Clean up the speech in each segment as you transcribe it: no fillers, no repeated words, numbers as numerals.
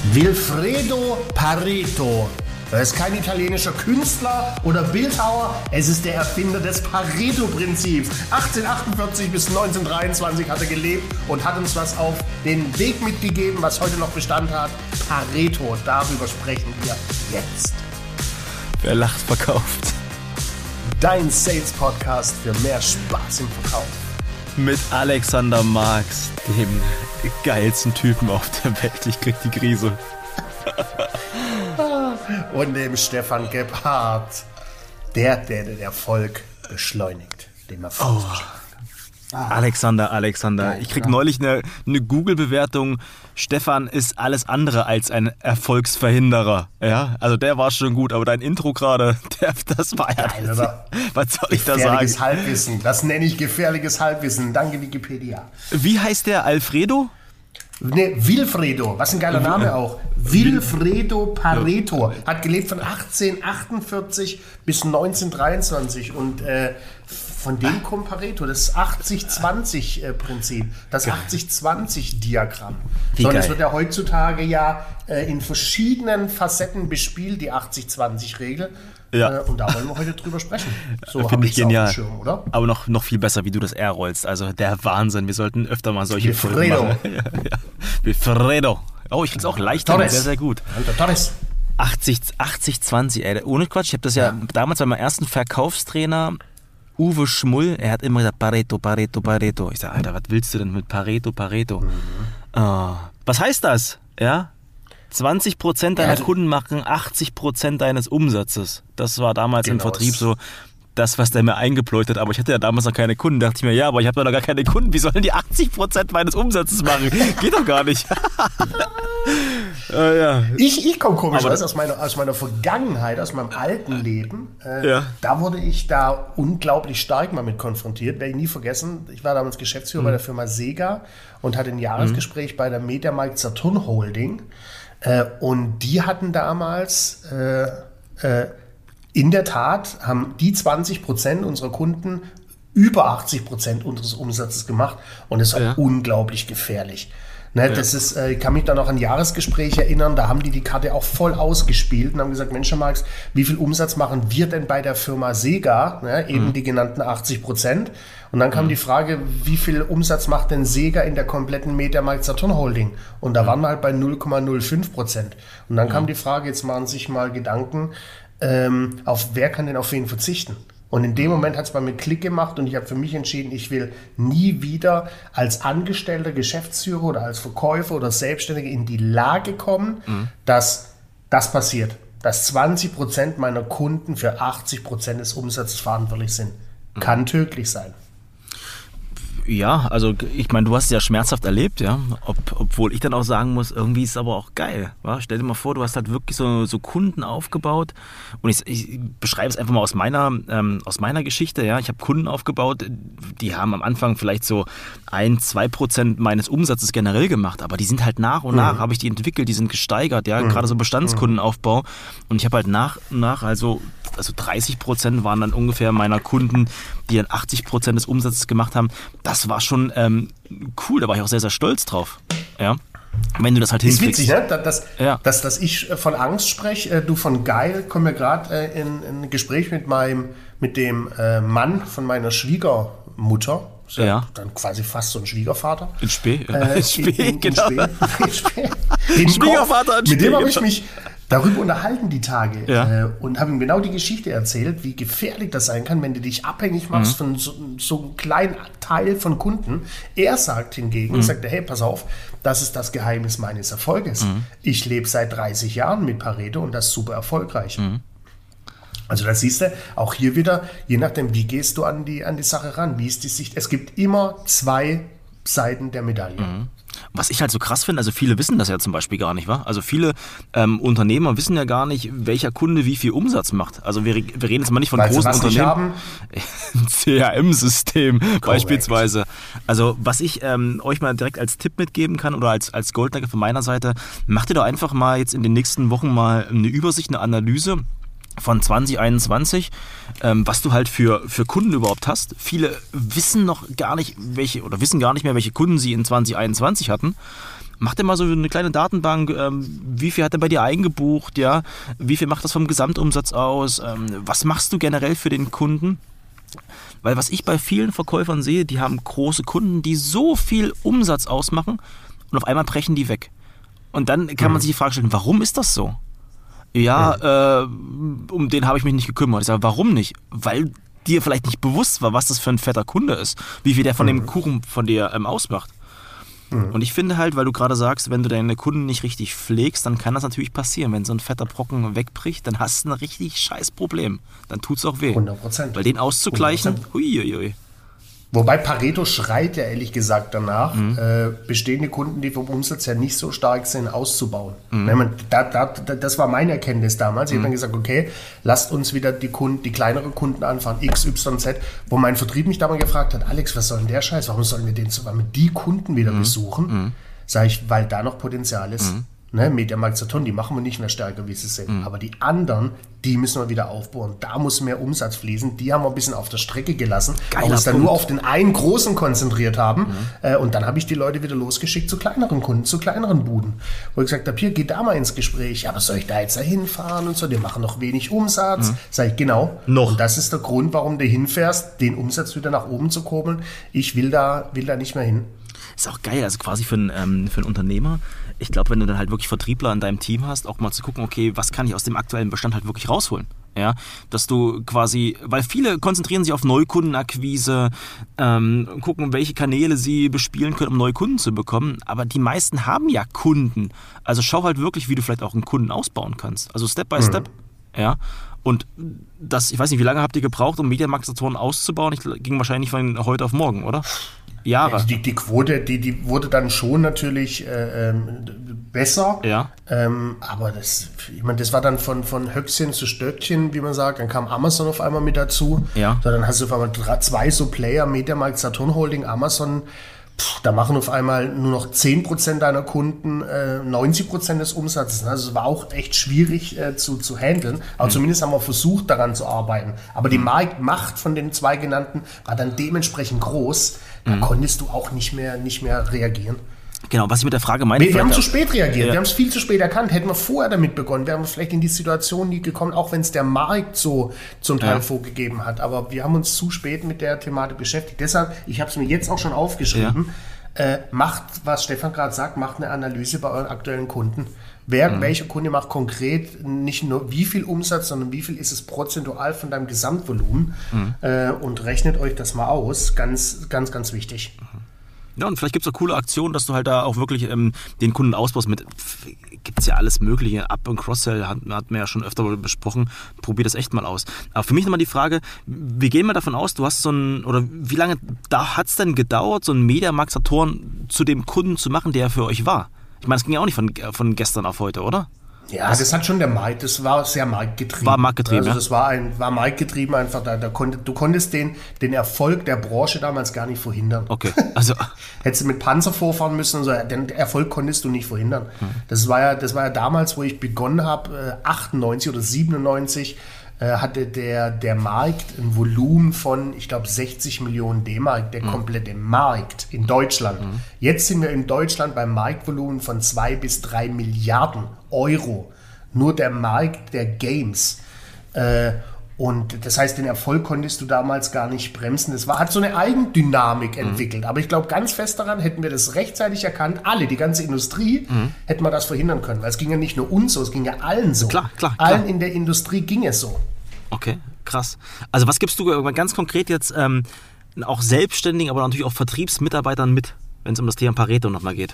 Vilfredo Pareto. Er ist kein italienischer Künstler oder Bildhauer, es ist der Erfinder des Pareto-Prinzips. 1848 bis 1923 hat er gelebt und hat uns was auf den Weg mitgegeben, was heute noch Bestand hat. Pareto, darüber sprechen wir jetzt. Wer lacht, verkauft. Dein Sales-Podcast für mehr Spaß im Verkauf. Mit Alexander Marx, dem geilsten Typen auf der Welt. Ich krieg die Krise. Und dem Stefan Gebhardt, der den Erfolg beschleunigt. Dem Erfolg Alexander. Ich krieg neulich eine Google-Bewertung. Stefan ist alles andere als ein Erfolgsverhinderer. Ja, also der war schon gut, aber dein Intro gerade, das war ja... Geil, oder? Was soll ich da sagen? Gefährliches Halbwissen. Das nenne ich gefährliches Halbwissen. Danke, Wikipedia. Wie heißt der? Alfredo? Ne, Vilfredo, was ein geiler Name auch. Vilfredo Pareto hat gelebt von 1848 bis 1923 und von dem kommt Pareto, das 80-20-Prinzip, das 80-20-Diagramm. So, das wird ja heutzutage in verschiedenen Facetten bespielt, die 80-20-Regel. Ja. Und da wollen wir heute drüber sprechen. So finde ich genial. Auf dem Schirm, oder? Aber noch viel besser, wie du das R rollst. Also der Wahnsinn. Wir sollten öfter mal solche Folgen machen. Vilfredo. Oh, ich krieg's auch leicht hin. Sehr, sehr gut. 80-20, ey. Ohne Quatsch. Ich habe das ja damals bei meinem ersten Verkaufstrainer Uwe Schmull, er hat immer gesagt Pareto. Ich sage, Alter, was willst du denn mit Pareto? Was heißt das? Ja? 20% deiner Kunden machen 80% deines Umsatzes. Das war damals im Vertrieb so das, was der mir eingepläut hat. Aber ich hatte ja damals noch keine Kunden. Da dachte ich mir, aber ich habe doch noch gar keine Kunden. Wie sollen die 80% meines Umsatzes machen? Geht doch gar nicht. Ich komme komisch aus meiner Vergangenheit, aus meinem alten Leben. Da wurde ich da unglaublich stark mal mit konfrontiert. Werde ich nie vergessen. Ich war damals Geschäftsführer bei der Firma Sega und hatte ein Jahresgespräch bei der Mediamarkt Saturn Holding. Und die hatten damals in der Tat, haben die 20% unserer Kunden über 80% unseres Umsatzes gemacht und das war unglaublich gefährlich. Ne, das ist, ich kann mich da noch an ein Jahresgespräch erinnern, da haben die Karte auch voll ausgespielt und haben gesagt, Mensch, Herr Marx, wie viel Umsatz machen wir denn bei der Firma Sega? Ne, eben die genannten 80%. Und dann kam die Frage, wie viel Umsatz macht denn Sega in der kompletten Mediamarkt Saturn Holding? Und da waren wir halt bei 0,05%. Und dann kam die Frage, jetzt machen Sie sich mal Gedanken, auf wer kann denn auf wen verzichten? Und in dem Moment hat es bei mir Klick gemacht und ich habe für mich entschieden, ich will nie wieder als Angestellter, Geschäftsführer oder als Verkäufer oder Selbstständiger in die Lage kommen, dass das passiert. Dass 20% meiner Kunden für 80% des Umsatzes verantwortlich sind. Kann tödlich sein. Ja, also ich meine, du hast es ja schmerzhaft erlebt, ja. Obwohl ich dann auch sagen muss, irgendwie ist es aber auch geil. Wa? Stell dir mal vor, du hast halt wirklich so Kunden aufgebaut. Und ich beschreibe es einfach mal aus meiner Geschichte, ja. Ich habe Kunden aufgebaut, die haben am Anfang vielleicht so 1-2% meines Umsatzes generell gemacht, aber die sind halt nach und nach, habe ich die entwickelt, die sind gesteigert, ja. Gerade so Bestandskundenaufbau. Und ich habe halt nach, also 30% waren dann ungefähr meiner Kunden, die dann 80% des Umsatzes gemacht haben. Das war schon cool, da war ich auch sehr, sehr stolz drauf. Ja. Wenn du das halt hinkriegst. Ist witzig, ne? Dass ich von Angst spreche, du von geil. Kommen wir gerade in ein Gespräch mit dem Mann von meiner Schwiegermutter. Dann quasi fast so ein Schwiegervater. In Spee? Genau. Schwiegervater in Spee. Mit dem habe ich mich darüber unterhalten die Tage und habe ihm genau die Geschichte erzählt, wie gefährlich das sein kann, wenn du dich abhängig machst von so einem kleinen Teil von Kunden. Er sagt hingegen, hey, pass auf, das ist das Geheimnis meines Erfolges. Ich lebe seit 30 Jahren mit Pareto und das ist super erfolgreich. Also da siehst du, auch hier wieder, je nachdem, wie gehst du an die Sache ran, wie ist die Sicht. Es gibt immer zwei Seiten der Medaille. Was ich halt so krass finde, also viele wissen das ja zum Beispiel gar nicht, wa? Also viele Unternehmer wissen ja gar nicht, welcher Kunde wie viel Umsatz macht. Also wir reden jetzt mal nicht von großen Unternehmen. Ein CRM-System beispielsweise. Also was ich euch mal direkt als Tipp mitgeben kann oder als Goldnugget von meiner Seite, macht ihr doch einfach mal jetzt in den nächsten Wochen mal eine Übersicht, eine Analyse von 2021, was du halt für Kunden überhaupt hast. Viele wissen noch gar nicht, wissen gar nicht mehr, welche Kunden sie in 2021 hatten. Mach dir mal so eine kleine Datenbank, wie viel hat er bei dir eingebucht, ja? Wie viel macht das vom Gesamtumsatz aus? Was machst du generell für den Kunden? Weil was ich bei vielen Verkäufern sehe, die haben große Kunden, die so viel Umsatz ausmachen und auf einmal brechen die weg. Und dann kann man sich die Frage stellen, warum ist das so? Ja, um den habe ich mich nicht gekümmert. Ich sage, warum nicht? Weil dir vielleicht nicht bewusst war, was das für ein fetter Kunde ist, wie viel der von dem Kuchen von dir ausmacht. Und ich finde halt, weil du gerade sagst, wenn du deine Kunden nicht richtig pflegst, dann kann das natürlich passieren. Wenn so ein fetter Brocken wegbricht, dann hast du ein richtig scheiß Problem. Dann tut's auch weh. 100%. Weil den auszugleichen, 100%. Huiuiui. Wobei Pareto schreit ja ehrlich gesagt danach, bestehende Kunden, die vom Umsatz her nicht so stark sind, auszubauen. Das war meine Erkenntnis damals. Ich habe dann gesagt, okay, lasst uns wieder die kleineren Kunden anfahren, X, Y, Z, wo mein Vertrieb mich damals gefragt hat, Alex, was soll denn der Scheiß? Warum sollen wir die Kunden wieder besuchen? Sag ich, weil da noch Potenzial ist. Ne, Mediamarkt Saturn, die machen wir nicht mehr stärker, wie sie sind. Aber die anderen, die müssen wir wieder aufbauen. Da muss mehr Umsatz fließen. Die haben wir ein bisschen auf der Strecke gelassen, weil wir uns dann nur auf den einen großen konzentriert haben. Und dann habe ich die Leute wieder losgeschickt zu kleineren Kunden, zu kleineren Buden. Wo ich gesagt habe, hier, geht da mal ins Gespräch. Ja, was soll ich da jetzt da hinfahren und so? Die machen noch wenig Umsatz. Sag ich, genau. Noch. Und das ist der Grund, warum du hinfährst, den Umsatz wieder nach oben zu kurbeln. Ich will da nicht mehr hin. Ist auch geil, also quasi für einen Unternehmer. Ich glaube, wenn du dann halt wirklich Vertriebler in deinem Team hast, auch mal zu gucken, okay, was kann ich aus dem aktuellen Bestand halt wirklich rausholen? Ja, dass du quasi, weil viele konzentrieren sich auf Neukundenakquise, gucken, welche Kanäle sie bespielen können, um neue Kunden zu bekommen, aber die meisten haben ja Kunden. Also schau halt wirklich, wie du vielleicht auch einen Kunden ausbauen kannst. Also Step by Step, ja. Und das, ich weiß nicht, wie lange habt ihr gebraucht, um Mediamarkt Saturn auszubauen? Ging wahrscheinlich von heute auf morgen, oder? Jahre. Die Quote, die wurde dann schon natürlich besser. Ja. Aber das war dann von Höchstchen zu Stöckchen, wie man sagt. Dann kam Amazon auf einmal mit dazu. Ja. So, dann hast du auf einmal zwei so Player, Mediamarkt, Saturn Holding, Amazon. Da machen auf einmal nur noch 10% deiner Kunden 90% des Umsatzes. Also es war auch echt schwierig zu handeln. Aber zumindest haben wir versucht, daran zu arbeiten. Aber die Marktmacht von den zwei genannten war dann dementsprechend groß. Da konntest du auch nicht mehr reagieren. Genau, was ich mit der Frage meine... Wir haben zu spät reagiert, wir haben es viel zu spät erkannt. Hätten wir vorher damit begonnen, wären wir vielleicht in die Situation nie gekommen, auch wenn es der Markt so zum Teil vorgegeben hat. Aber wir haben uns zu spät mit der Thematik beschäftigt. Deshalb, ich habe es mir jetzt auch schon aufgeschrieben, macht, was Stefan gerade sagt, macht eine Analyse bei euren aktuellen Kunden. Welcher Kunde macht konkret nicht nur wie viel Umsatz, sondern wie viel ist es prozentual von deinem Gesamtvolumen und rechnet euch das mal aus. Ganz, ganz, ganz wichtig. Ja, und vielleicht gibt es auch coole Aktionen, dass du halt da auch wirklich den Kunden ausbaust mit, gibt es ja alles Mögliche, Up- und Cross-Sell, hat man ja schon öfter besprochen, probier das echt mal aus. Aber für mich nochmal die Frage, wir gehen mal davon aus, du hast oder wie lange hat es denn gedauert, so einen Mediamarkt Saturn zu dem Kunden zu machen, der für euch war? Ich meine, es ging ja auch nicht von gestern auf heute, oder? Ja, das hat schon der Markt, das war sehr marktgetrieben. War marktgetrieben, also das war marktgetrieben einfach, du konntest den Erfolg der Branche damals gar nicht verhindern. Okay, also... Hättest du mit Panzer vorfahren müssen, also den Erfolg konntest du nicht verhindern. Das war ja damals, wo ich begonnen habe, 98 oder 97, hatte der Markt ein Volumen von, ich glaube, 60 Millionen D-Mark, der komplette Markt in Deutschland. Jetzt sind wir in Deutschland beim Marktvolumen von 2 bis 3 Milliarden Euro. Nur der Markt der Games. Und das heißt, den Erfolg konntest du damals gar nicht bremsen. Hat so eine Eigendynamik entwickelt. Aber ich glaube ganz fest daran, hätten wir das rechtzeitig erkannt, die ganze Industrie, hätten wir das verhindern können. Weil es ging ja nicht nur uns so, es ging ja allen so. Klar. Allen in der Industrie ging es so. Okay, krass. Also was gibst du ganz konkret jetzt auch Selbstständigen, aber natürlich auch Vertriebsmitarbeitern mit, wenn es um das Thema Pareto nochmal geht?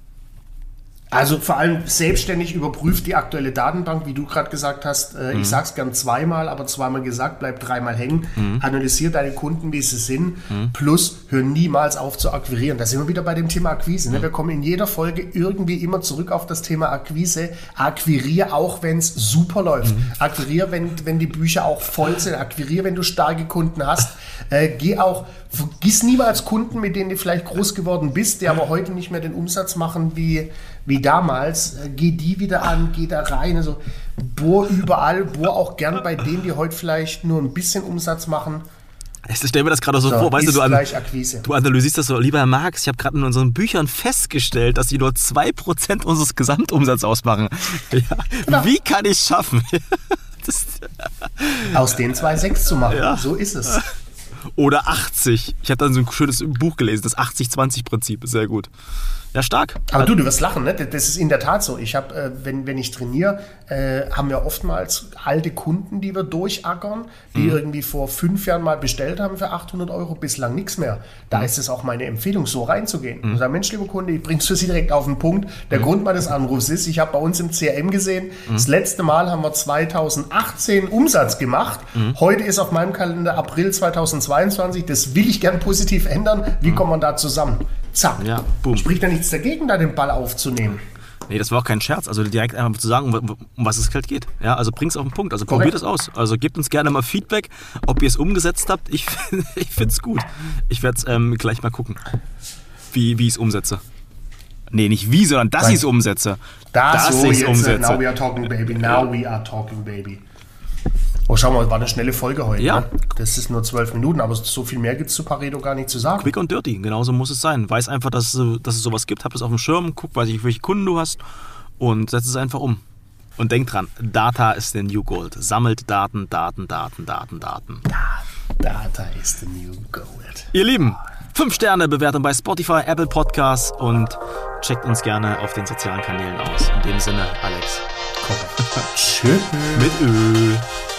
Also vor allem selbstständig überprüft die aktuelle Datenbank, wie du gerade gesagt hast. Ich sage es gern zweimal, aber zweimal gesagt, bleib dreimal hängen. Analysier deine Kunden, wie sie sind. Plus, hör niemals auf zu akquirieren. Da sind wir wieder bei dem Thema Akquise. Ne? Wir kommen in jeder Folge irgendwie immer zurück auf das Thema Akquise. Akquirier auch, wenn es super läuft. Akquirier, wenn die Bücher auch voll sind. Akquirier, wenn du starke Kunden hast. Vergiss niemals Kunden, mit denen du vielleicht groß geworden bist, die aber heute nicht mehr den Umsatz machen wie damals. Geh die wieder an, geh da rein. Also bohr überall, bohr auch gern bei denen, die heute vielleicht nur ein bisschen Umsatz machen. Ich stelle mir das gerade so vor, weißt du, du analysierst das so, lieber Herr Marx, ich habe gerade in unseren Büchern festgestellt, dass die nur 2% unseres Gesamtumsatzes ausmachen. Ja, genau. Wie kann ich es schaffen? Aus den 2,6 zu machen, ja. So ist es. Oder 80. Ich habe dann so ein schönes Buch gelesen, das 80-20-Prinzip, ist sehr gut. Ja, stark. Aber du wirst lachen, ne? Das ist in der Tat so. Ich habe, wenn ich trainiere, haben wir oftmals alte Kunden, die wir durchackern, die irgendwie vor 5 Jahren mal bestellt haben für 800 €, bislang nichts mehr. Da ist es auch meine Empfehlung, so reinzugehen. Und sagen, Mensch, lieber Kunde, ich bring's für Sie direkt auf den Punkt. Der Grund meines Anrufs ist, ich habe bei uns im CRM gesehen, das letzte Mal haben wir 2018 Umsatz gemacht. Heute ist auf meinem Kalender April 2022. Das will ich gern positiv ändern. Wie kommen wir da zusammen? Zack. Ja, boom. Spricht da nichts dagegen, da den Ball aufzunehmen. Nee, das war auch kein Scherz. Also direkt einfach zu sagen, um was es halt geht. Ja, also bring's auf den Punkt. Also probiert es aus. Also gebt uns gerne mal Feedback, ob ihr es umgesetzt habt. Ich finde es gut. Ich werde es gleich mal gucken, wie ich es umsetze. Nee, nicht wie, sondern dass ich es umsetze. Dass ich es umsetze. Now we are talking, baby. Now we are talking, baby. Oh, schau mal, war eine schnelle Folge heute. Ja. Ne? Das ist nur 12 Minuten, aber so viel mehr gibt es zu Pareto gar nicht zu sagen. Quick und dirty, genauso muss es sein. Weiß einfach, dass es sowas gibt, hab das auf dem Schirm, guck, weiß ich, welche Kunden du hast und setz es einfach um. Und denk dran, Data ist the new gold. Sammelt Daten. Data is the new gold. Ihr Lieben, 5-Sterne-Bewertung bei Spotify, Apple Podcasts und checkt uns gerne auf den sozialen Kanälen aus. In dem Sinne, Alex. Tschüss. Mit Ö.